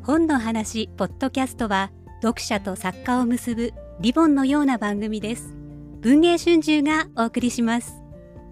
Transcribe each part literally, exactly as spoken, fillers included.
本の話ポッドキャストは読者と作家を結ぶリボンのような番組です。文藝春秋がお送りします。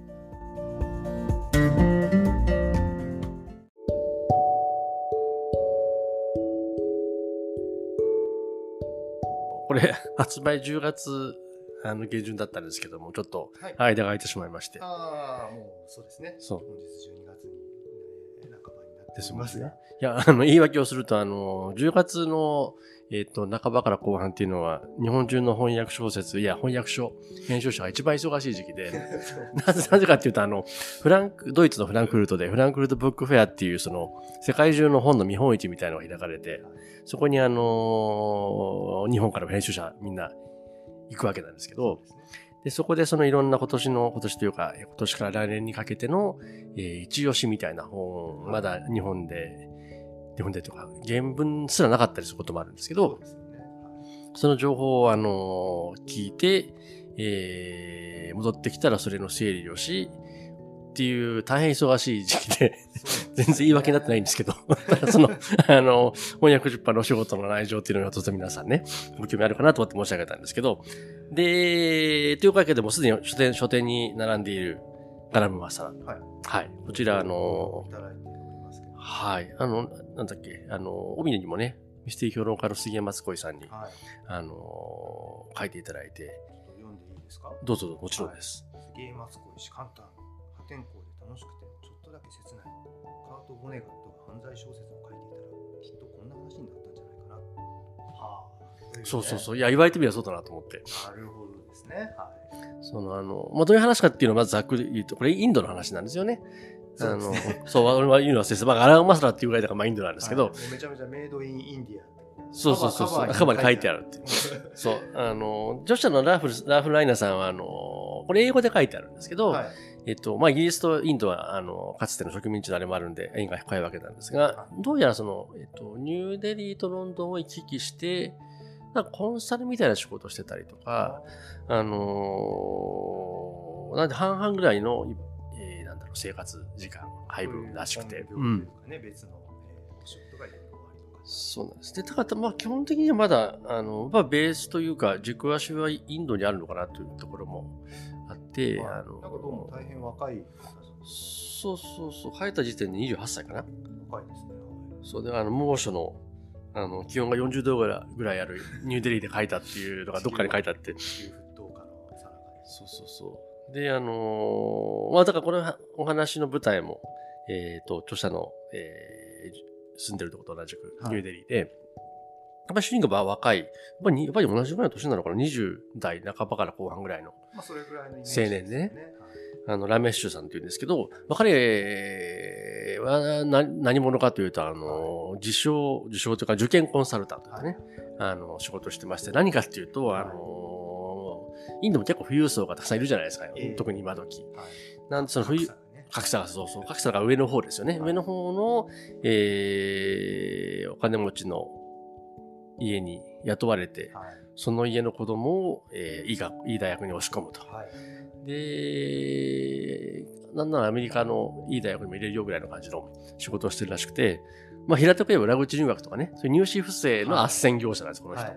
これ発売じゅうがつあの下旬だったんですけども、ちょっと間が空いてしまいまして、 はい、ああもうそうですね。 そう本日じゅうにがつに、えー、半ばになってですますね。 いや、あの言い訳をすると、あのじゅうがつのえっ、ー、と半ばから後半っていうのは日本中の翻訳小説、いや翻訳書編集者が一番忙しい時期でなぜなぜかっていうと、あのフランクドイツのフランクフルトでフランクフルトブックフェアっていうその世界中の本の見本市みたいなのが開かれて、そこにあの日本から編集者みんな行くわけなんですけど、でそこでそのいろんな今年の今年というか今年から来年にかけての、えー、一押しみたいな本、まだ日本で日本でとか原文すらなかったりすることもあるんですけど、その情報をあの聞いて、えー、戻ってきたらそれの整理をしっていう大変忙しい時期で全然言い訳になってないんですけどそのあの翻訳出版のお仕事の内情っていうのがとても皆さんねご興味あるかなと思って申し上げたんですけど、でというわけでもすでに書店書店に並んでいるガラムマサラ、はい、はい、こちらあのはいあのなんだっけあの帯にもねミステリー評論家の杉山敦子さんに、はい、あの書いていただいて、 ちょっと読んでいいですか？ どうぞもちろんです。 はい、杉山敦子氏簡単破天荒で楽しくてちょっとだけ切ないカート・ボネガットが犯罪小説を書いていたらきっとこんな話になったんじゃないかな。はあ、ね、 そうそうそう、いや言われてみればそうだなと思って。 なるほどですね。はい。 そのあのまあどういう話かっていうのをまずざっくり言うと、これインドの話なんですよね。あのそう俺は言うのは先生、まあガラムマサラっていうぐらいだからまあインドなんですけど、はい、 めちゃめちゃメイドインインディア。 そうそうそうそう、カバーに書いてあるっていうそうあの著者のラーフラーフライナーさんはあのこれ英語で書いてあるんですけど、はい、えっとまあイギリスとインドはあのかつての植民地のあれもあるんで縁が深いわけなんですが、どうやらそのえっとニューデリーとロンドンを行き来してなんかコンサルみたいな仕事をしてたりとか、あのー、なんで半々ぐらいの、えー、なんだろう生活時間配分らしくて、 うん、別のお仕事がいろいろありとか。 そうなんです。で、だからまあ基本的にはまだあのまあベースというか軸足はインドにあるのかなというところもあって、 まあ、 あのなんかどうも大変若い。 そうそうそう、入った時点でにじゅうはっさいかな。 若いですね。 そうであの猛暑のあの気温がよんじゅうどぐらいあるニューデリーで書いたっていうのがどっかに書いてあって、そうそうそうであのー、まあだからこのお話の舞台もえっ、ー、と著者の、えー、住んでるとこと同じくニューデリーで、はい、やっぱり主人公は若いやっぱり、やっぱり同じぐらいの年なのかな、にじゅう代半ばから後半ぐらいの青年でね、あのラメッシュさんっていうんですけど、彼は何, 何者かというと、あの自称自称というか受験コンサルタントでね、はい、あの仕事してまして、何かっていうと、はい、あのインドも結構富裕層がたくさんいるじゃないですか、えー、特に今時、はい、なんでその富裕格差がそうそう格差が上の方ですよね、はい、上の方の、えー、お金持ちの家に雇われて、はい、その家の子供を、えー、いい学いい大学に押し込むと。はい、で、なんならアメリカのいい大学にも入れるよぐらいの感じの仕事をしてるらしくて、まあ平たく言えば裏口入学とかね、そういう入試不正の斡旋業者なんです、はい、この人。はい、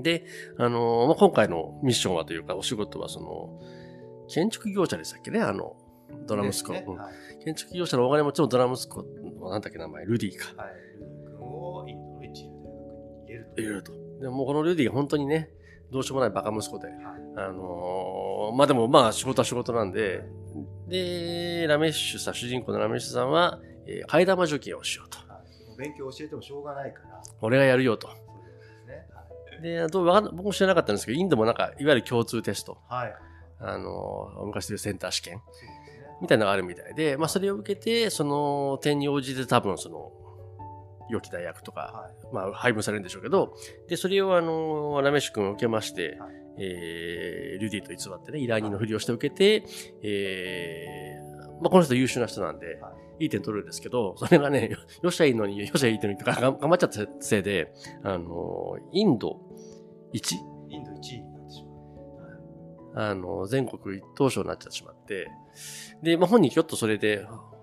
で、あのーまあ、今回のミッションはというかお仕事はその建築業者でしたっけね、あのドラ息子、ね、うんはい、建築業者の大金持ちのドラ息子のなんだっけ名前、ルディか。はい、 ルディ君をインドの一流大学に入れると。 入れると。でもこのルディが本当にね、どうしようもないバカ息子で、はい、あのー、まあでもまあ仕事は仕事なんで、でラメッシュさん、主人公のラメッシュさんは、えー、替え玉受験をしようと。 はい、勉強教えてもしょうがないから。 俺がやるよと。で、どう僕も知らなかったんですけど、インドもなんかいわゆる共通テスト、はい、あのー、昔でいうセンター試験みたいなのがあるみたいで、まあそれを受けてその点に応じて多分その良き大学とか、はい、まあ配分されるんでしょうけど、でそれをあのラメッシュ君を受けまして、はい、えー、ルディと偽ってね依頼人のふりをして受けて、はい、えー、まあこの人優秀な人なんで、はい、いい点取るんですけど、それがね、よっしゃいいのによっしゃいい点とか頑張っちゃったせいで、あのインドいちインドいちいになってしまう。 あの全国一等賞になっちゃってしまって、で、まあ、本人ちょっとそれで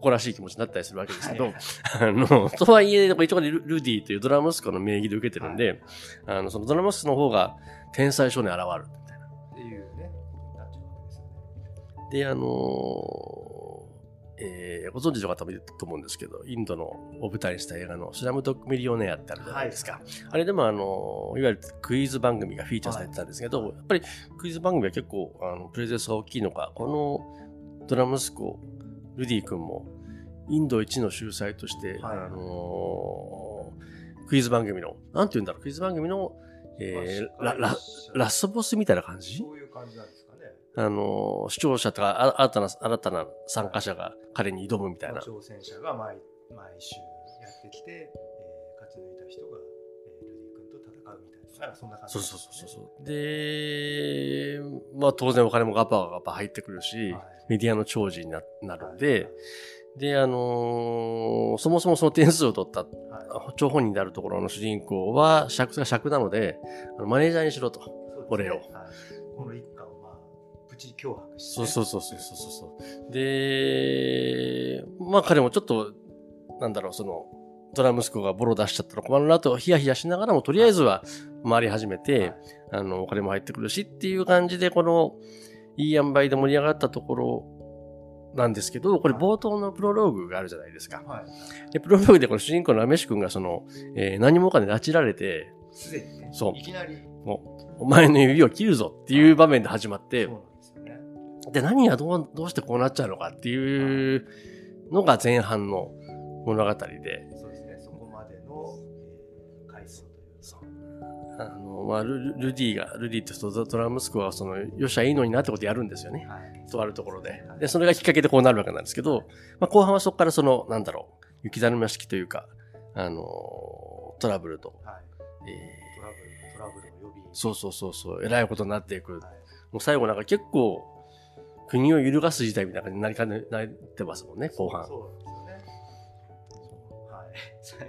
誇らしい気持ちになったりするわけですけど、あの、とはいえ、一応ルルディというドラム息子の名義で受けてるんで、はい、あの、そのドラム息子の方が天才少年現るみたいな。 っていうね、ことになっちゃうわけですよね。 で、あのー、えー、ご存知の方もいると思うんですけど、インドのを舞台にした映画のスラムドッグミリオネアってあるじゃないですか。はい、あれでもあの、いわゆるクイズ番組がフィーチャーされてたんですけど、はい、やっぱりクイズ番組は結構、あの、プレゼンスが大きいのか、このドラム息子、ルディ君も、インド一の秀才として、はい、あのー、クイズ番組の、なんて言うんだろう、クイズ番組の、えー、ラ、ラ、ラスボスみたいな感じ？ そういう感じなんですかね。 あのー、視聴者とか、新たな、新たな参加者が彼に挑むみたいな。 挑戦者が毎、毎週やってきて、えー、勝ち抜いた人が、えー、ルディ君と戦うみたいな。なんかそんな感じ、ね。そうそうそうそう。 で、まあ当然お金もガバガバ入ってくるし、はい、メディアの寵児にな、なるんで、はいはい、で、あのー、そもそもその点数を取った、はい、張本人であるところの主人公は尺が尺なので、あのマネージャーにしろと、俺を。はい、 この一家をまあ、プチ脅迫して、 ね。そうそうそうそうそう。で、まあ彼もちょっと、なんだろう、その、ドラ息子がボロ出しちゃったら困るなと、ヒヤヒヤしながらも、とりあえずは回り始めて、はい、あの、お金も入ってくるしっていう感じで、この、いい塩梅で盛り上がったところ、なんですけど、これ冒頭のプロローグがあるじゃないですか。はい、でプロローグでこの主人公のラメシ君がその、えー、何者かで拉致られて、 すでにね、 そう。 いきなり、 もう、お前の指を切るぞっていう場面で始まって、 そうなんですよね。 で、何がどう、どうしてこうなっちゃうのかっていうのが前半の物語で。 そうですね、そこまでの、えー、回想という。 そう。あの、まあ、ル、ルディが、ルディってドラ息子はその、よっしゃいいのになってことやるんですよね。はい、とあるところで。で、それがきっかけでこうなるわけなんですけど、まあ、後半はそこからその、なんだろう、雪だるま式というか、あの、トラブルと、はい、えー、 トラブル、トラブルを呼び、 そうそうそうそう、えらいことになっていく。はい、もう最後なんか結構、国を揺るがす事態みたいな感じになりかね、なってますもんね、後半。 そうなんですよね。はい。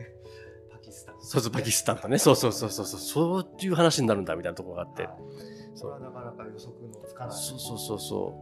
パキスタン、ね。 そうそう、パキスタンとね。そうそうそうそう。そういう話になるんだみたいなところがあって。はい、 それはなかなか予測のつかない。 そうそうそうそう。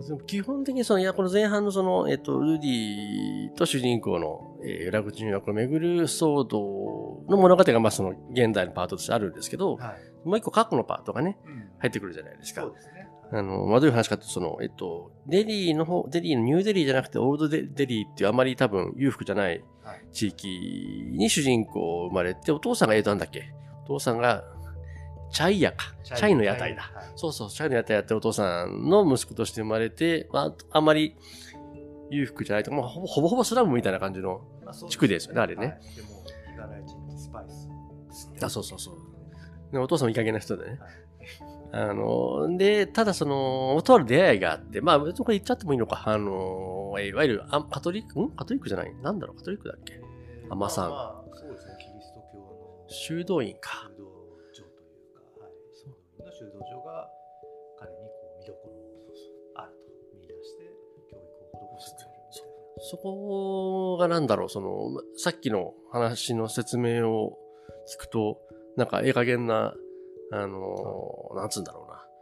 でも基本的にその、いや、この前半のその、えっと、ルディと主人公の、えー、裏口入学をめぐる騒動の物語が、まあその、現代のパートとしてあるんですけど、はい、もう一個過去のパートがね、うん、入ってくるじゃないですか。 そうですね。 あの、まあ、どういう話かというと、その、えっと、デリーの方、デリーのニューデリーじゃなくて、オールドデリーっていうあまり多分裕福じゃない地域に主人公生まれて、お父さんが、えっと、なんだっけ、お父さんが、チャイ屋か。チャイの屋台だ。はい、そうそう、チャイの屋台やってるお父さんの息子として生まれて、まあ、あんまり裕福じゃないと、まあ、ほぼほぼほぼスラムみたいな感じの地区ですよね、あれね。はい、 でも、日がない地にスパイス。 あ、そうそうそう。でお父さんもいい加減な人でね。はいあの、で、ただその、とある出会いがあって、まあ、別にこれ言っちゃってもいいのか。あの、いわゆる、あカトリック、んカトリックじゃないなんだろうカトリックだっけアマさん。 まあ、そうですね、キリスト教の。 修道院か。 修道場というか、はい。そうの修道場が、彼にこう、見どころあると見出して、教育を施してくれるみたいな。 そこがなんだろう、その、さっきの話の説明を聞くと、なんか、ええ加減な、あのー、なんつうんだろうな。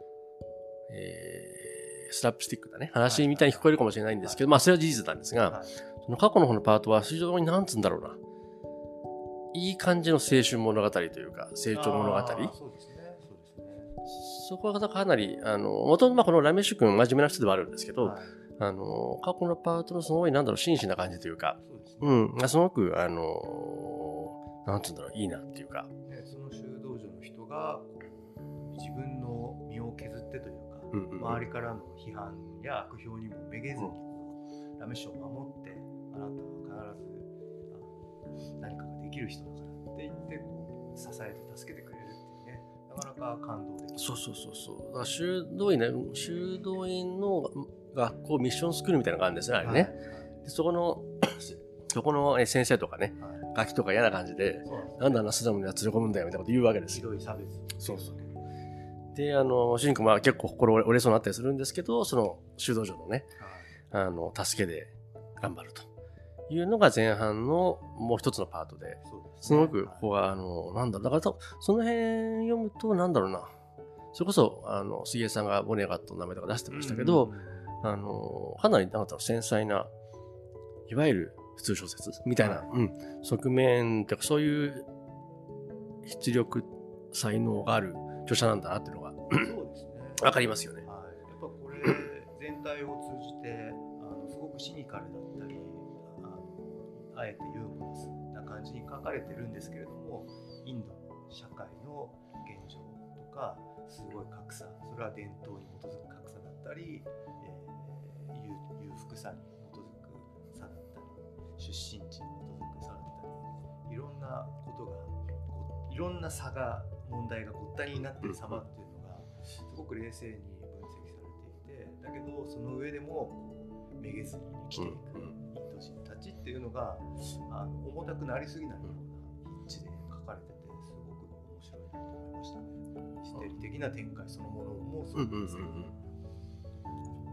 えー、スラップスティックだね。話みたいに聞こえるかもしれないんですけど、はい、まあそれは事実なんですが、はい、その過去の方のパートは非常になんつうんだろうな。いい感じの青春物語というか、成長物語。 そうですね。そうですね。 そこはかなり、あの、元々まあこのラメッシュ君真面目な人ではあるんですけど、はい、あの、過去のパートのすごいなんだろう、真摯な感じというか、そうですね、うん、すごく、あの、なんつうんだろう、いいなっていうか。 ね、その修道女の人が、自分の身を削ってというか、うんうんうん、周りからの批判や悪評にもめげずに、うん、ラメッシュを守って、あなたは必ず何かができる人だからって言ってこう支えて助けてくれるっていうね、なかなか感動的。 そうそうそうそう。だから修道院ね、修道院の学校ミッションスクールみたいなのがあるんですね、あれね。はいはい、でそこのそこの先生とかね、はい、ガキとか嫌な感じで、ね、なんであんなスダムには連れ込むんだよみたいなこと言うわけですよ。 ひどい差別。 そうそう。で、あの、主人公は結構心折れそうになったりするんですけど、その修道女のね、はい、あの、助けで頑張るというのが前半のもう一つのパートで、そうですね、すごくここは、あの、なんだろう、だからその辺読むと、なんだろうな、それこそ、あの、杉江さんがボネガットの名前とか出してましたけど、 あのかなりなんか繊細ないわゆる普通小説みたいな、はい、うん、側面というかそういう出力才能がある著者なんだなっていうのがそうです、ね、分かりますよね。 はい、やっぱこれ全体を通じてあのすごくシニカルだったり あ, のあえてユーモラスな感じに書かれてるんですけれども、インドの社会の現状とかすごい格差、それは伝統に基づく格差だったり、えー、裕福さに基づく差だったり、出身地に基づく差だったり、いろんなことがいろんな差が問題がごったになっている様っていうのがすごく冷静に分析されていて、だけどその上でもめげずに生きていくインド人たちっていうのがあの重たくなりすぎないような筆致で書かれてて、すごく面白いなと思いましたね。ミステリー的な展開そのものもそうなんですけど、うんうんうん、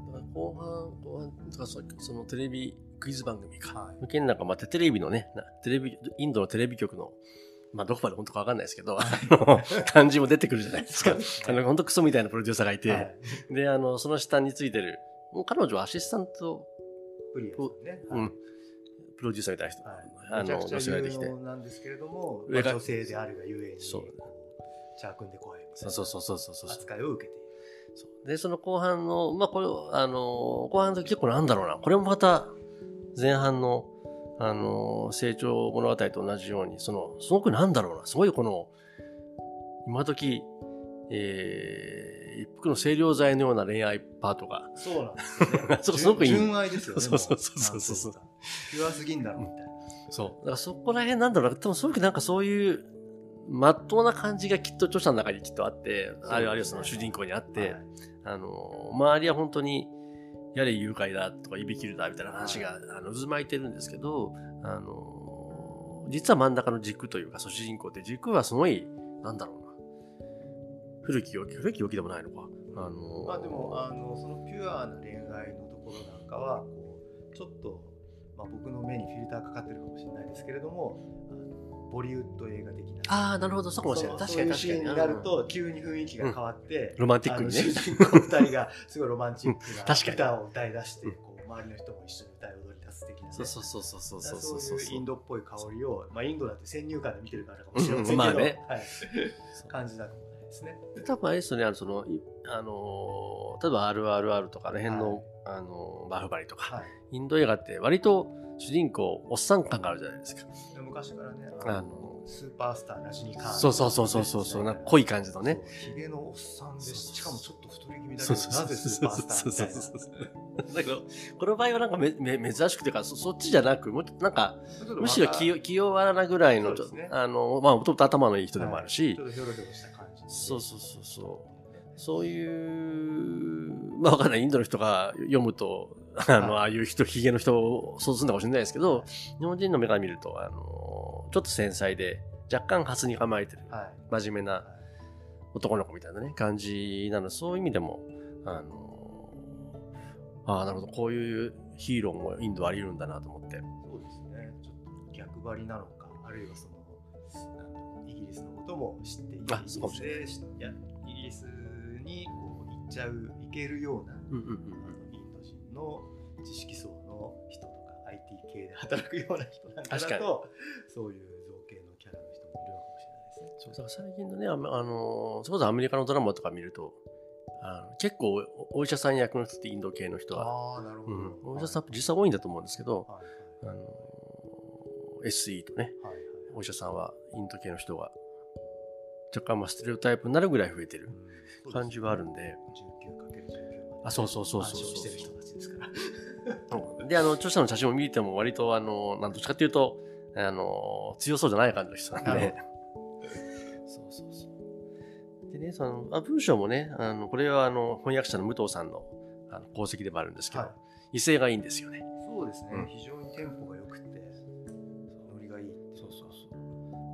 だから後半後半とかそのテレビクイズ番組か、はい、向けになんかまたテレビのね、テレビインドのテレビ局のまあどこまで本当か分かんないですけど、あの感じも出てくるじゃないですか。あの本当クソみたいなプロデューサーがいて、はい、であのその下についてるもう彼女はアシスタントプリアさんね、 うん、プロデューサーみたいな人、 はい、あのめちゃくちゃ有能なんですけれども、まあ、女性であるがゆえにそうチャー君で怖いみたいな扱いを受けている。 そうでその後半のまあこれあの後半の時結構なんだろうな、これもまた前半のあの成長物語と同じように、そのすごくなんだろうな、すごいこの今時、えー、一服の清涼剤のような恋愛パートがそうなんですよね。すごくいい純愛ですよね。 そうそうそうそうそう。 ピュアすぎんだろみたいな。 そうだからそこら辺なんだろうな、多分そういうなんかそういうまっとうな感じがきっと著者の中にきっとあって、ね、あるいはその主人公にあって、はい、あの周りは本当にやれ誘拐だとかいびきるだみたいな話があの渦巻いてるんですけど、あの実は真ん中の軸というか、主人公って軸はすごいなんだろうな、古き良き古き良きでもないのか、あのまあでもあのそのピュアな恋愛のところなんかはこうちょっと、まあ、僕の目にフィルターかかってるかもしれないですけれども、あのボリウッド映画的な、 ああなるほど、そうかもしれない。確かに確かに。 そういうシーンになると急に雰囲気が変わって、 うん、ロマンティックにね、 主人公ふたりがすごいロマンチックな歌を歌い出して、こう周りの人も一緒に歌い踊り出す的な、ね、 そうそうそうそうそうそうそうそういうインドっぽい香りを、まあインドだって先入観で見てるからかもしれませんけど、うん、まあね、はい、感じなくもないですね。 多分あれですよね、あのそのあの例えば アールアールアール とかあの辺の、はい、あのバフバリとか、はい、インド映画って割と主人公おっさん感があるじゃないですか。 昔からね、あのスーパースターラジニカーン、 そうそうそうそうそうそう、なんか濃い感じのね、 ヒゲのおっさんで、しかもちょっと太り気味だけど、なぜスーパースターみたいな。 だけどこの場合はなんかめめ珍しくていうか、 そ, そっちじゃなく、もなんかむしろ気気弱なぐらいの、ね、あのまあもともと頭のいい人でもあるし、はい、 ちょっとヒョロヒョロした感じ、 そうそうそうそうそういうまあわかんない、インドの人が読むとあの、はい、ああいう人ヒゲの人を想像するのかもしれないですけど、はい、日本人の目から見るとあのちょっと繊細で若干ハスに構えてる、はい、真面目な男の子みたいなね感じなので、そういう意味でもあのああなるほど、こういうヒーローもインドあり得るんだなと思って。 そうですね、ちょっと逆張りなのか、あるいはそのなんだろう、イギリスのことも知ってイギリスでいやイギリスにこう行っちゃう行けるような、うんうんうん、インド人の知識層の人とか アイティー 系で働くような人なんかだと、そういう造形のキャラの人もいるのかもしれないですね。 そうだから最近のね、あのそれこそアメリカのドラマとか見ると、あの結構お医者さん役の人ってインド系の人は、 あなるほど、 うん、お医者さん実際多いんだと思うんですけど、はいはい、あの エスイー とね、はいはい、お医者さんはインド系の人が若干まあステレオタイプになるぐらい増えてる感じはあるんで、 じゅうきゅうかけるじゅうきゅうあそうそうそうそうそうしてる人たちですからで、あの著者の写真を見ても割とあの何とかっていうとあの強そうじゃない感じの人なんでそうそうそうでね、そのあ文章もね、あのこれはあの翻訳者の武藤さんのあの功績でもあるんですけど、はい、威勢がいいんですよね。 そうですね、うん、非常にテンポが良くてノリがいい。 そうそうそう、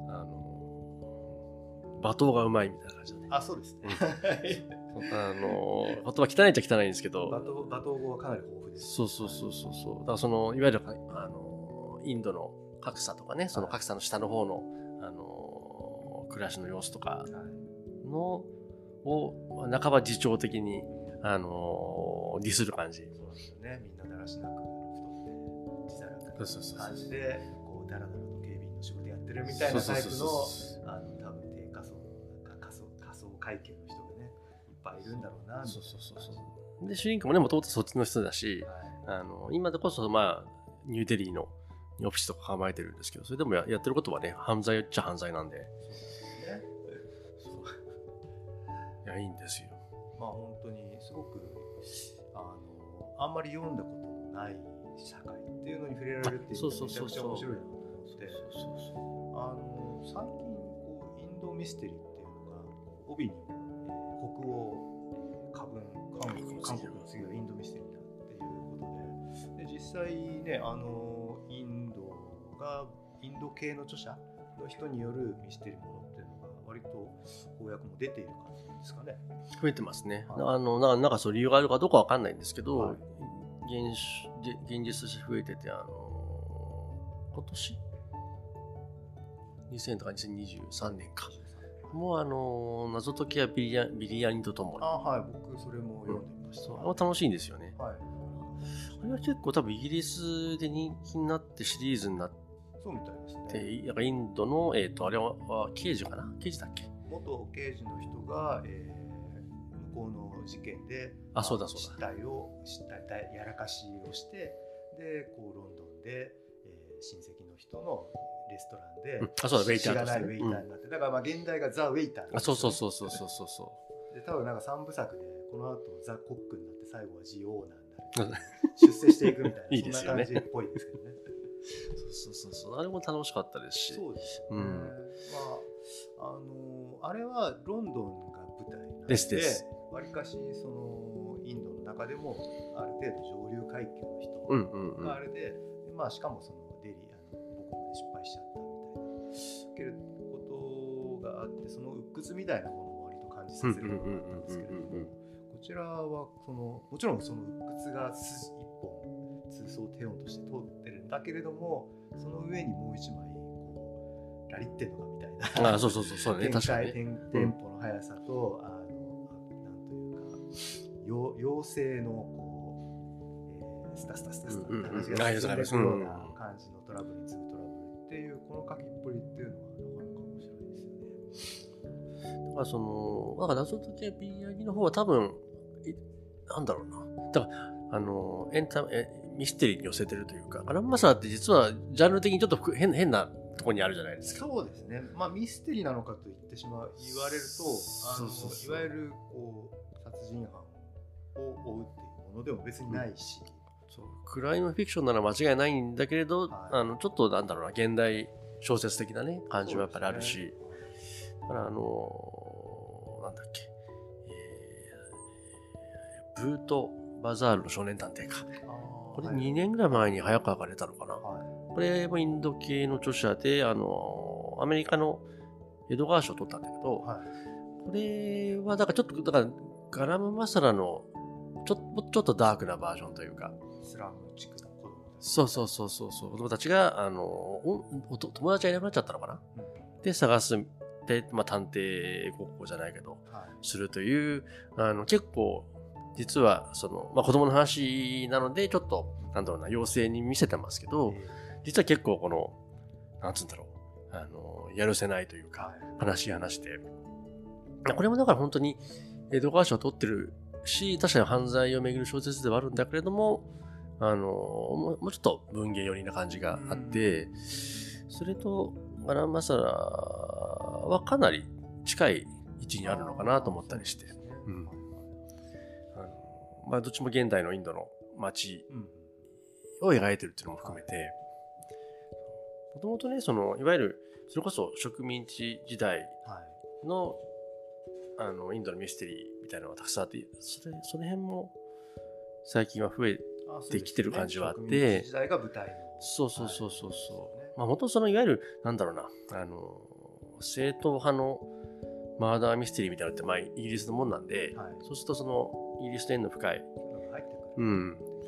あの罵倒がうまいみたいな感じだね。 あ、そうですねあの言葉汚いっちゃ汚いんですけど、 罵倒、罵倒語はかなり豊富です。 そうそうそうそうそう、だからそのいわゆるあのインドの格差とかね、その格差の下の方の、あの暮らしの様子とかのを半ば自重的にあのー、ディスる感じ。 そうですよね。みんなだらしなく太って自堕落な感じでこうだらだらと警備員の仕事やってるみたいなタイプのあの多分低下層仮想仮想階級の人がねいっぱいいるんだろうな。 そうそうそうそう。で主人公もねもともとそっちの人だし、はい、あの今でこそまあニューデリーのオフィスとか構えてるんですけど、それでも や, やってることはね犯罪っちゃ犯罪なんで。そうですね。いやいいんですよ。 まあ本当にすごくあのあんまり読んだことのない社会っていうのに触れられるっていうのがめちゃくちゃ面白いなと思って、あの最近こうインドミステリーっていうのが帯に、えー、北欧過分韓国韓国の次はインドミステリーだっていうことで、で実際ねあのインドがインド系の著者の人によるミステリーものっていうのが割と公約も出ている感じですかね。 増えてますね。 はい、 あのななんかそう理由があるかどうかわかんないんですけど、はい、現, 現実として増えてて、あの今年にせんとかにせんにじゅうさんねんかもうあの謎解きやビリヤビリヤニとともに、 あ、はい、僕それも読んでみました。 うん、そう楽しいんですよね。 はい、 あれは結構多分イギリスで人気になってシリーズになって、 そうみたいですね。 なんかインドの、えー、とあれは刑事かな、刑事だっけ、 元刑事の人が、えー、向こうの事件であそうだそうだ失態を失態やらかしをしてでこうロンドンで、えー、親戚の人のレストランで、うん、 あそうだウェイターとして、ね、 知らないウェイターになって、うん、だからまあ現代がザ・ウェイターなんですよね。 あそうそうそうそうそうそうそうで多分なんか三部作でこの後ザ・コックになって最後はジ・オーナーになる出世していくみたいな、 いいですよね、 そんな感じっぽいですけどね。 そうそうそう、あれも楽しかったですし。 そうですね。うん、まああのあれはロンドンが舞台なので、 ですですわりかしそのインドの中でもある程度上流階級の人があれで、うんうんうん、まあしかもそのデリーあの母国で失敗しちゃったみたいなけることがあって、その鬱屈みたいなものを割と感じさせるものだったんですけれども、こちらはそのもちろんその鬱屈が一本通奏低音として通ってるんだけれども、その上にもう一枚こうラリってんのかみたいな、 あそうそうそうそうね、 展開、ね、テンポの速さと、うん、あのなんというか妖精のこう、えー、スタスタスタスタって話が進んでいくような感じのトラブルに次ぐトラブルっていうこの書きっぷりっていうのはなかなか面白いですよね。 だからそのなんか謎解きやビリヤニの方は多分なんだろうな、だからあのエンタえミステリーに寄せてるというか、アラン・マサーって実はジャンル的にちょっと変変なところにあるじゃないですか。 そうですね。まあミステリーなのかと言ってしまう言われると、あのそうそうそう、いわゆるこう殺人犯を追うっていうものでも別にないし、うん、 そうクライムフィクションなら間違いないんだけれど、はい、あのちょっとなんだろうな現代小説的なね感じはやっぱりあるし、ね、だからあのなんだっけ、えー、ブート・バザールの少年探偵か。これにねんぐらい前に早川が出たのかな、はい、これもインド系の著者で、あのアメリカのエドガー賞を取ったんだけど、はい、これはだからちょっとだからガラムマサラのちょっとちょっとダークなバージョンというか、 スラム地区の子供たち、 そうそうそうそうそう子供たちがあのおお友達がいなくなっちゃったのかな、うん、で探すで、まあ、探偵ごっこじゃないけど、はい、するというあの結構実はその、まあ、子供の話なのでちょっとなんだろうな妖精に見せてますけど、実は結構このなんつうんだろうあのやるせないというか悲しい話で、これもだから本当にエドガー賞を取ってるし、確かに犯罪をめぐる小説ではあるんだけれども、あのもうちょっと文芸寄りな感じがあって、それとガラン・マサラはかなり近い位置にあるのかなと思ったりして、うんまあ、どっちも現代のインドの街を描いてるっていうのも含めて、もともとね、そのいわゆるそれこそ植民地時代の、はい、あのインドのミステリーみたいなのがたくさんあって、それその辺も最近は増えてきてる感じはあって、植民地時代が舞台の、 そうそうそうそうそう、はい、まあ元そのいわゆるなんだろうな、あの正統派のマーダーミステリーみたいなのってまあイギリスのもんなんで、はい、そうするとそのイギリスと縁の深い、うん、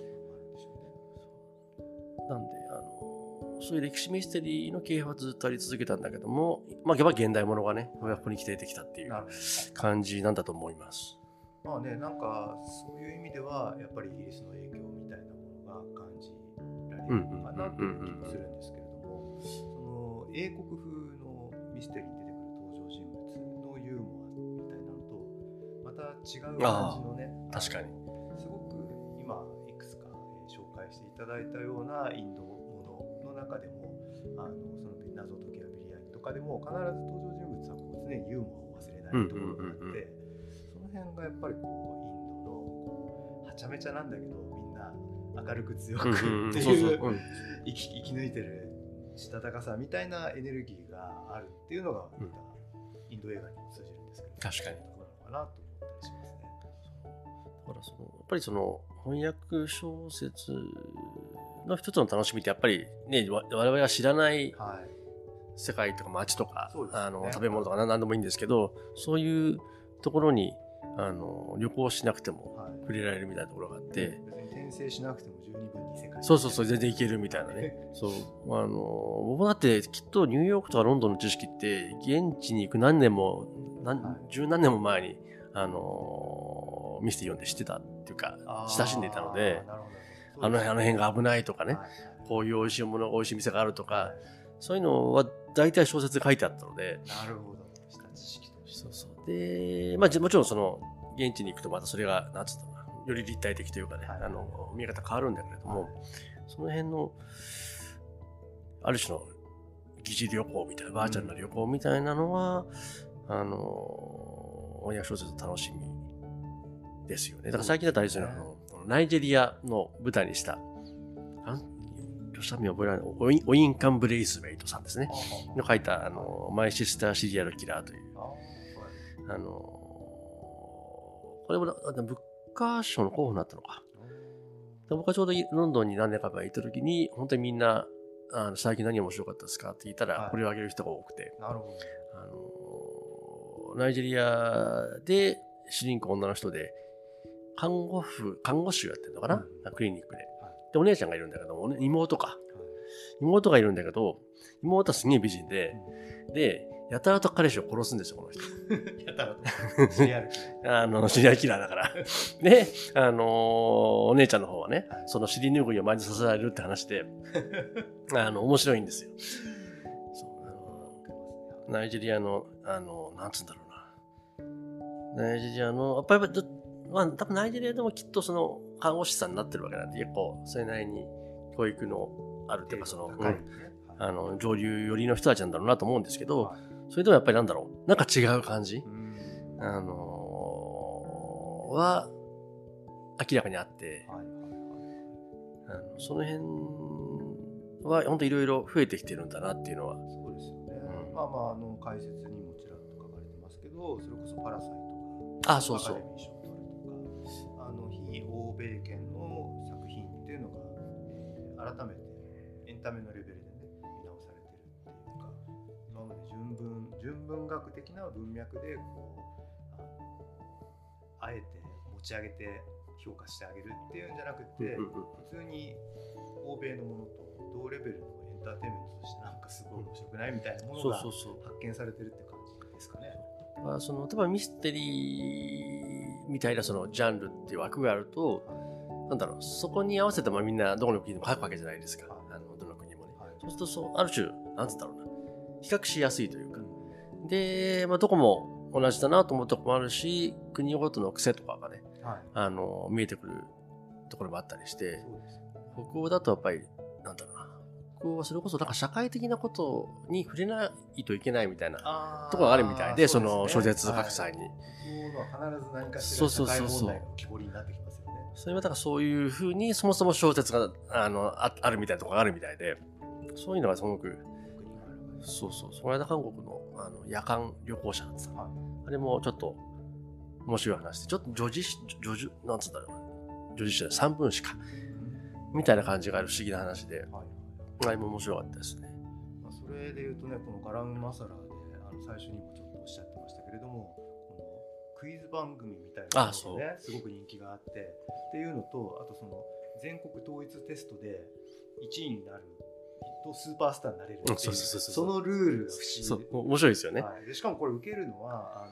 なんであのそういう歴史ミステリーの系譜はずっとあり続けたんだけども、まあやっぱ現代ものがねここに来て出てきたっていう感じなんだと思います。 まあね、なんかそういう意味ではやっぱりイギリスの影響みたいなものが感じられるのかなという気もするんですけれども、その英国風のミステリーに出てくる登場人物のユーモアみたいなのとまた違う感じのね、 確かにすごく今いくつか紹介していただいたようなインドものの中でも、あのその謎解きやビリヤニとかでも必ず登場人物はこう常にユーモアを忘れないところがあって、うんうんうんうん、その辺がやっぱりこうインドのこうはちゃめちゃなんだけどみんな明るく強くっていう生き抜いてるしたたかさみたいなエネルギーがあるっていうのが、うん、インド映画にも通じるんですけど、 確かにところなのかなと思ったりしますね。 だからそのやっぱりその翻訳小説の一つの楽しみってやっぱりね、我々が知らない世界とか街とか、はい、あの食べ物とか何でもいいんですけど、そういうところにあの旅行しなくても触れられるみたいなところがあって、はい、別に転生しなくても十二分に世界そうそうそう全然行けるみたいなねそうあの僕だってきっとニューヨークとかロンドンの知識って現地に行く何年も何、はい、十何年も前にあのミステリー読んで知ってたっていうか親しんでいたので、あの、あの辺が危ないとかね、はいはい、こういう美味しいもの、美味しい店があるとか、はい、そういうのは大体小説で書いてあったので。 なるほど。した知識として。 そうそう。で、まあもちろんその現地に行くとまたそれがなんつったのかな、より立体的というかね、はい、あの見え方変わるんだけれども、はい、その辺のある種の疑似旅行みたいなバーチャルな旅行みたいなのは、うん、あの翻訳小説の楽しみですよね。だから最近だったらですね、あのナイジェリアの舞台にした、あの、吉田美覚えられない、オイン、オインカン・ブレイスウェイトさんですね。の書いた、あの、マイ・シスター・シリアル・キラーという、あの、これも、ブッカー賞の候補になったのか。僕はちょうどロンドンに何年か前行った時に、本当にみんな、あの最近何面白かったですかって言ったら、これをあげる人が多くて。 なるほど。 あの、ナイジェリアで主人公女の人で、看護婦、看護師をやってるのかな、うん、クリニックで。で、お姉ちゃんがいるんだけども、妹か。はい、妹がいるんだけど、妹はすげえ美人で、うん、で、やたらと彼氏を殺すんですよ、この人。 やたらと。シリアルキラー。 あの、シリアルキラーだから。で、あのー、お姉ちゃんの方はね、はい、その尻拭いを前にさせられるって話で、あの、面白いんですよ。そう、あのー、ナイジェリアの、あのー、なんつうんだろうな。ナイジェリアの、やっぱり、まあ、多分ナイジェリアでもきっとその看護師さんになってるわけなんで、結構それなりに教育のあるというか、その、うん、あの上流寄りの人たちなんだろうなと思うんですけど、はい、それでもやっぱりなんだろう、なんか違う感じ、うん、あのー、は明らかにあって、はいはいはい、あのその辺は本当いろいろ増えてきてるんだなっていうのは。 そうですよね。うん、まあまああの解説にもちらっと書かれてますけど、それこそパラサイトがあ、そうそう。 欧米圏の作品っていうのが、えー、改めてエンタメのレベルでね見直されてるっていうか、今まで純文純文学的な文脈でこう あ, あえて持ち上げて評価してあげるっていうんじゃなくて、うんうんうん、普通に欧米のものと同レベルのエンターテインメントとしてなんかすごい面白くないみたいなものが発見されてるって感じですかね。 まあ、その例えばミステリーみたいなそのジャンルっていう枠があると、はい、なんだろう、そこに合わせてまあみんなどこの国でも書くわけじゃないですか、はい、あのどの国もね、はい、そうするとそうある種なんつったろうな、比較しやすいというか、うん、で、まあ、どこも同じだなと思うところもあるし、国ごとの癖とかがね、はい、あの見えてくるところもあったりして、北欧だとやっぱりなんだろうな、北欧はそれこそなんか社会的なことに触れないといけないみたいなところがあるみたいで、その小説書く際に、はい、 必ず何かしら社会問題の浮き彫りになってきますよね。 それはだからそういうふうにそもそも小説が あ, の あ, あるみたいなところがあるみたいで、そういうのがすごく、そうそう、その間韓国 の, あの夜間旅行者なんです、はい、あれもちょっと面白い話で、ちょっと女児女児なんつうんだろう、女児誌で三分詞か、うん、みたいな感じがある不思議な話で、はい、あれも面白かったですね。 まあ、それでいうとね、このガラムマサラであの最初にもちょっとおっしゃってましたけれども、このクイズ番組みたいなのがねすごく人気があってっていうのと、あとその全国統一テストでいちいになるとスーパースターになれるっていう、そのルールが不思議で、 そう面白いですよね、 はい、でしかもこれ受けるのはあの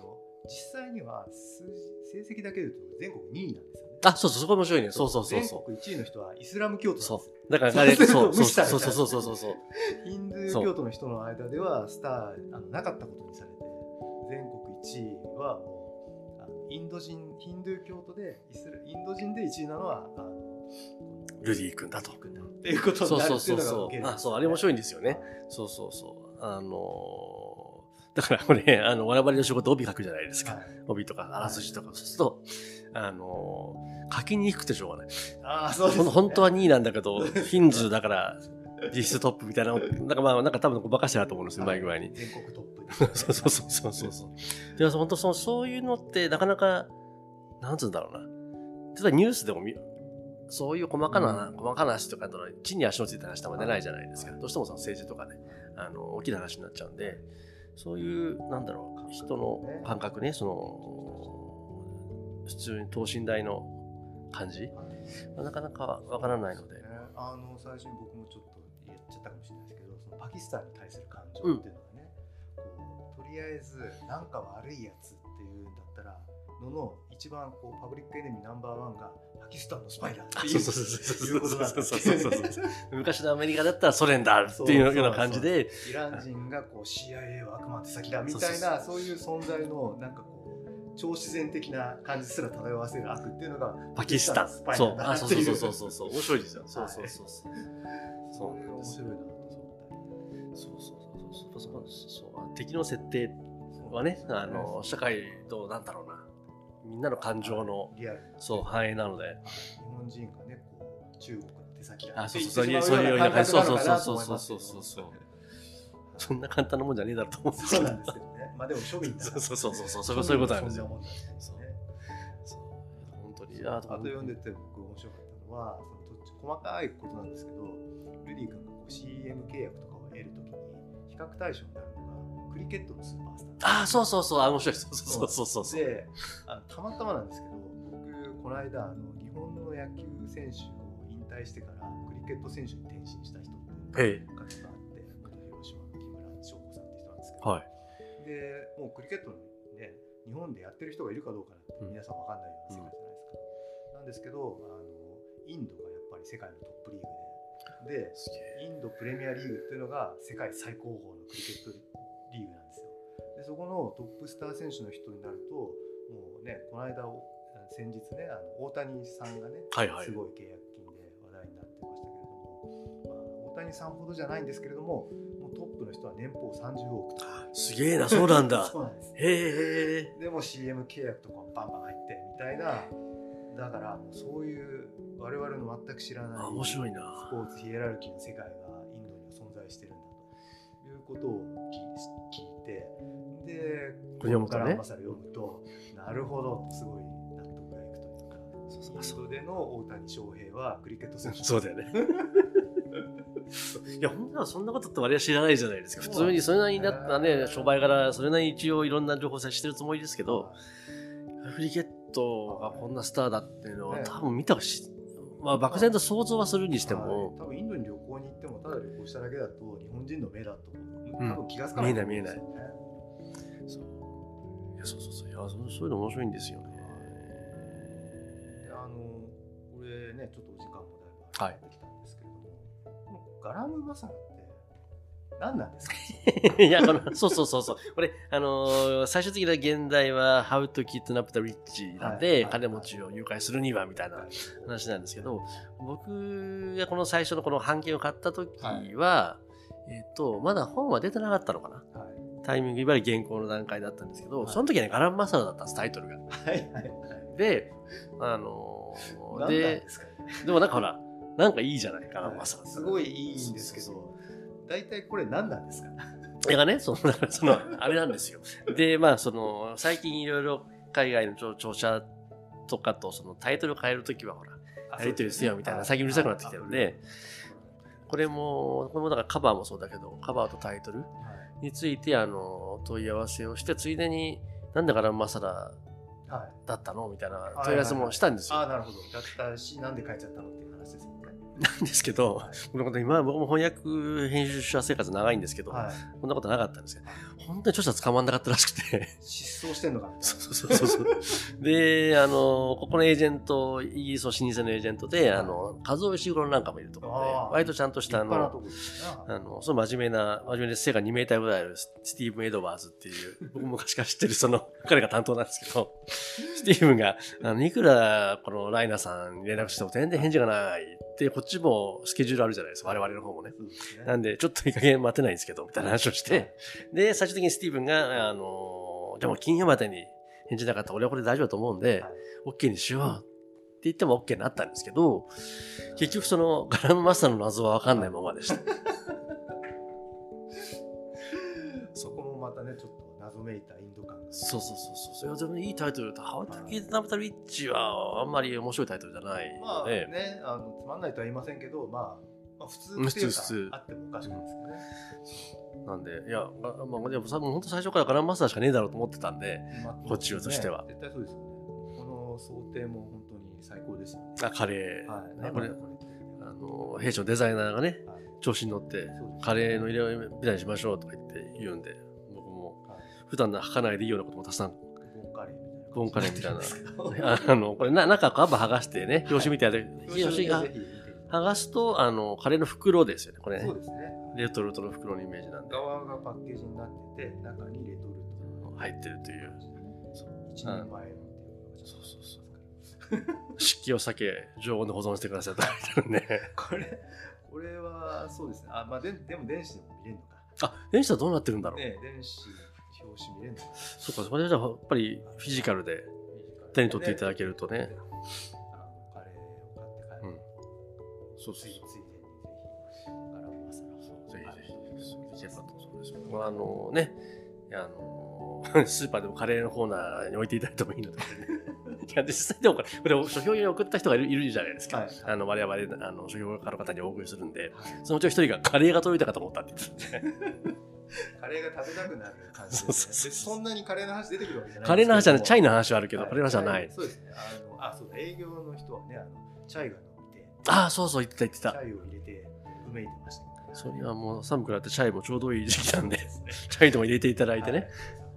実際には数字成績だけで言うと全国にいなんですよね。 あ、そうそう、そこ面白いね。そうそうそうそう。 全国いちいの人はイスラム教徒なんですよ。 そう。だからあれ、そうそう無視されちゃそううそうそうそうそう。 ヒンドゥー教徒の人の間ではスターあのなかったことにされて、全国いちいはもうあのインド人ヒンドゥー教徒でイスラインド人でいちいなのはあのルディ君だと。 っていうことになるっていうのが受ける。 あ、そう、あれ面白いんですよね。そうそうそう。あのー、だからこれ、あの、我々の仕事帯書くじゃないですか。はい、帯とかあらすじとか、そうすると、あのー、書きにくくてしょうがない。 ああ、そうですね。 本当はにいなんだけど、ヒンズーだから実質トップみたいな、なんかまあ、なんか多分バカしてると思うんですよ、うまい具合に。 全国トップ。 そうそうそうそうそう。でも本当その、そういうのってなかなか、なんつうんだろうな。例えばニュースでも見、そういう細かな、うん、細かな話とかの地に足のついた話とか出ないじゃないですか。どうしてもその政治とかね、あの、大きな話になっちゃうんで、そういう、なんだろう、人の感覚ね、その、普通に等身大の感じ、まあ、なかなかわからないので。 あの、最初に僕もちょっと言っちゃったかもしれないですけど、そのパキスタンに対する感情っていうのがね、うん、こうとりあえず、なんか悪いやつっていうんだったら、のの一番こうパブリックエネミーナンバーワンがパキスタンのスパイだっていうことなんですけど、 昔のアメリカだったらソ連だっていうような感じで、 イラン人がこう シーアイエー は悪魔って先だみたいな、そういう存在のなんかこう超自然的な感じすら漂わせる悪っていうのがパキスタンスパイなんだっていう。そうそうそうそうそう、面白いですよ。そうそうそうそう。 そういう面白いなと思った。 そうそうそうそうそう、敵の設定はね、あの社会となんだろうな。みんなの感情のリアルそう反映なので、 日本人がねこう中国の手先だって言ってしまうような感覚なのかなと思いますけど、そうそうそうそうそう、そんな簡単なもんじゃねえだろうと思うんですけど、 そうなんですけどね。まあでも庶民だ。 そうそうそうそうそう、そういうことなんですよ。 そうそう本当に。 あと読んでて僕面白かったのは、その細かいことなんですけど、ルディ君がこう シーエム 契約とかを得るときに比較対象になるのがクリケットのスーパースター。 ああ、そうそうそう、あ、面白い。そうそうそうそうそう。 で、あのたまたまなんですけど、僕この間あの日本の野球選手を引退してからクリケット選手に転身した人っていうのがあって、元広島の木村翔子さんって人なんですけど、 はい、 でもうクリケットね、日本でやってる人がいるかどうかって皆さん分かんないような世界じゃないですか。うん、なんですけど、あのインドがやっぱり世界のトップリーグで、でインドプレミアリーグっていうのが世界最高峰のクリケットリーグなんですよ。でそこのトップスター選手の人になると、もうね、この間先日ね、あの大谷さんがね、はいはい、すごい契約金で話題になってましたけれども、まあ、大谷さんほどじゃないんですけれども、もうトップの人は年俸さんじゅうおくとか。 すげえな、そうなんだ。 そうなんです。 へえ。 でも シーエム 契約とかもバンバン入ってみたいな、だからもうそういう我々の全く知らない面白いなスポーツヒエラルキーの世界がインドには存在してるんだということを聞いて、でこれからアンバサダー読むと、なるほど、すごい納得がいくというか、インドでの大谷翔平はクリケット選手。 そうだよね。いや、本当はそんなことって我々知らないじゃないですか。普通にそれなりになったね、商売柄それなりに一応いろんな情報接してるつもりですけど、クリケットがこんなスターだっていうのは多分見たし、まあ漠然と想像はするにしても、 多分インドに旅行に行ってもただ旅行しただけだと日本人の目だと多分気がつかない、 うん、見えない見えない。そういやそうそうそう、いやそういうの面白いんですよね。 あのこれね、ちょっとお時間もだいぶ入ってきたんですけれども、はい、ガラムマサラって何なんですか？ いや、このそうそうそうそう、これあのー、最終的な現代は How to Kidnap the Rich なんで、はいはい、金持ちを誘拐するにはみたいな話なんですけど、僕がこの最初のこの版権を買った時は、はい、えっとまだ本は出てなかったのかな。はい、タイミングいわゆる原稿の段階だったんですけど、はい、その時はねガラムマサラだったんです、タイトルが。はいはいはい、で、あのー、で、で, でもなんかほら、なんかいいじゃない、ガラムマサラ、はい、 すごいいいんですけど、大体これ何なんですか？ いやね、その、その、あれなんですよ。で、まあ、その、最近いろいろ海外の著者とかと、そのタイトル変えるときは、ほら、やりとりせよみたいな、最近うるさくなってきてるんで、これも、これもだからカバーもそうだけど、カバーとタイトルについて、あの、問い合わせをして、ついでに、なんでガラムマサラだったのみたいな問い合わせもしたんですよ。 ああ、なるほど。だったし、なんで書いちゃったのっていう話ですもんね。 なんですけど、はい、今僕も翻訳編集者生活長いんですけど、はい、こんなことなかったんですけど、 本当に著者捕まんなかったらしくて。 失踪してんのかみたいな。 そうそうそうそう。で、あの、ここのエージェント、イギリスの老舗のエージェントで、あの、和尾石黒なんかもいるところで、割とちゃんとしたあの、あの、その真面目な、真面目で背がにメーターぐらいあるスティーブン・エドワーズっていう、僕も昔から知ってるその、彼が担当なんですけど、スティーブンが、あの、いくらこのライナさんに連絡しても全然返事がないって、こっちもスケジュールあるじゃないですか、我々の方もね。なんで、ちょっといい加減待てないんですけど、みたいな話をして、で、最終的にスティーブンが、あの、でも金曜までに返事なかったら俺はこれ大丈夫だと思うんで、OK にしようって言っても OK になったんですけど、結局そのガラムマスターの謎は分かんないままでした。 そこもまたね、ちょっと謎めいたインド感が。 そうそうそうそう。いや、でもいいタイトルだ。ハウトキーナブタリッチはあんまり面白いタイトルじゃないので。 まあね、あのつまんないとは言いませんけど、まあ、まあ、普通っていうかあってもおかしくないですよね。 なんで、いや、まあ、まあ、でもさ、もう本当最初からガラムマスターしかねえだろうと思ってたんで、まあ、こっちとしては、 ね。絶対そうですよね。この想定も本当に最高ですよね。 あ、カレー。はい。ね、これ、 これあの、弊社のデザイナーがね、はい、調子に乗って、カレーの入れみたいにしましょうとか言って言うんで、僕も、はい、普段吐かないでいいようなこともたくさん、 ゴンカレーみたいな。 ゴンカレーみたいな。あの、これ、な、中カバー剥がしてね、表紙みたいな、表紙が剥がすと、あの、カレーの袋ですよね、これね。 そうですね。 レトルトの袋のイメージなんで。 側がパッケージになってて、中にレトルト入ってるという。 いちねんまえの。 そうそうそう。湿気を避け、常温で保存してくださいと書いてあるんで。 これ、これはそうですね。あ、まあで、でも電子でも見れるのか。 あ、電子はどうなってるんだろう。 ね、電子表紙見れるのか。 そうか、それじゃやっぱりフィジカルで手に取っていただけるとね。 カレーを買って帰る。 そうそうそう。あのね、あのスーパーでもカレーのコーナーに置いていただいてもいいので、ね、いや実際でもこれ、これ書評に送った人がいる、いるじゃないですか。はい、あの我々あの書評家の方にお送りするんで、はい、そのうちの一人がカレーが届いたかと思ったって言ってたんで。 カレーが食べたくなる感じです、ね。そうそうそう。そんなにカレーの話出てくるわけじゃないですか。 カレーの話はね、チャイの話はあるけど、はい、カレーの話はない。 そうですね。あの、あ、そうだ、営業の人はね、あのチャイが飲みて。 ああ、そうそう、言ってた言ってた。 チャイを入れて、うめいてました、ね。 それはもう寒くなってチャイもちょうどいい時期なんで、チャイでも入れていただいてね、はい、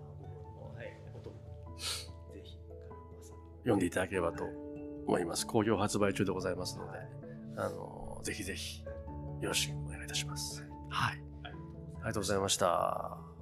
読んでいただければと思います。好評発売中でございますので、あのぜひぜひよろしくお願いいたします。はい、ありがとうございました。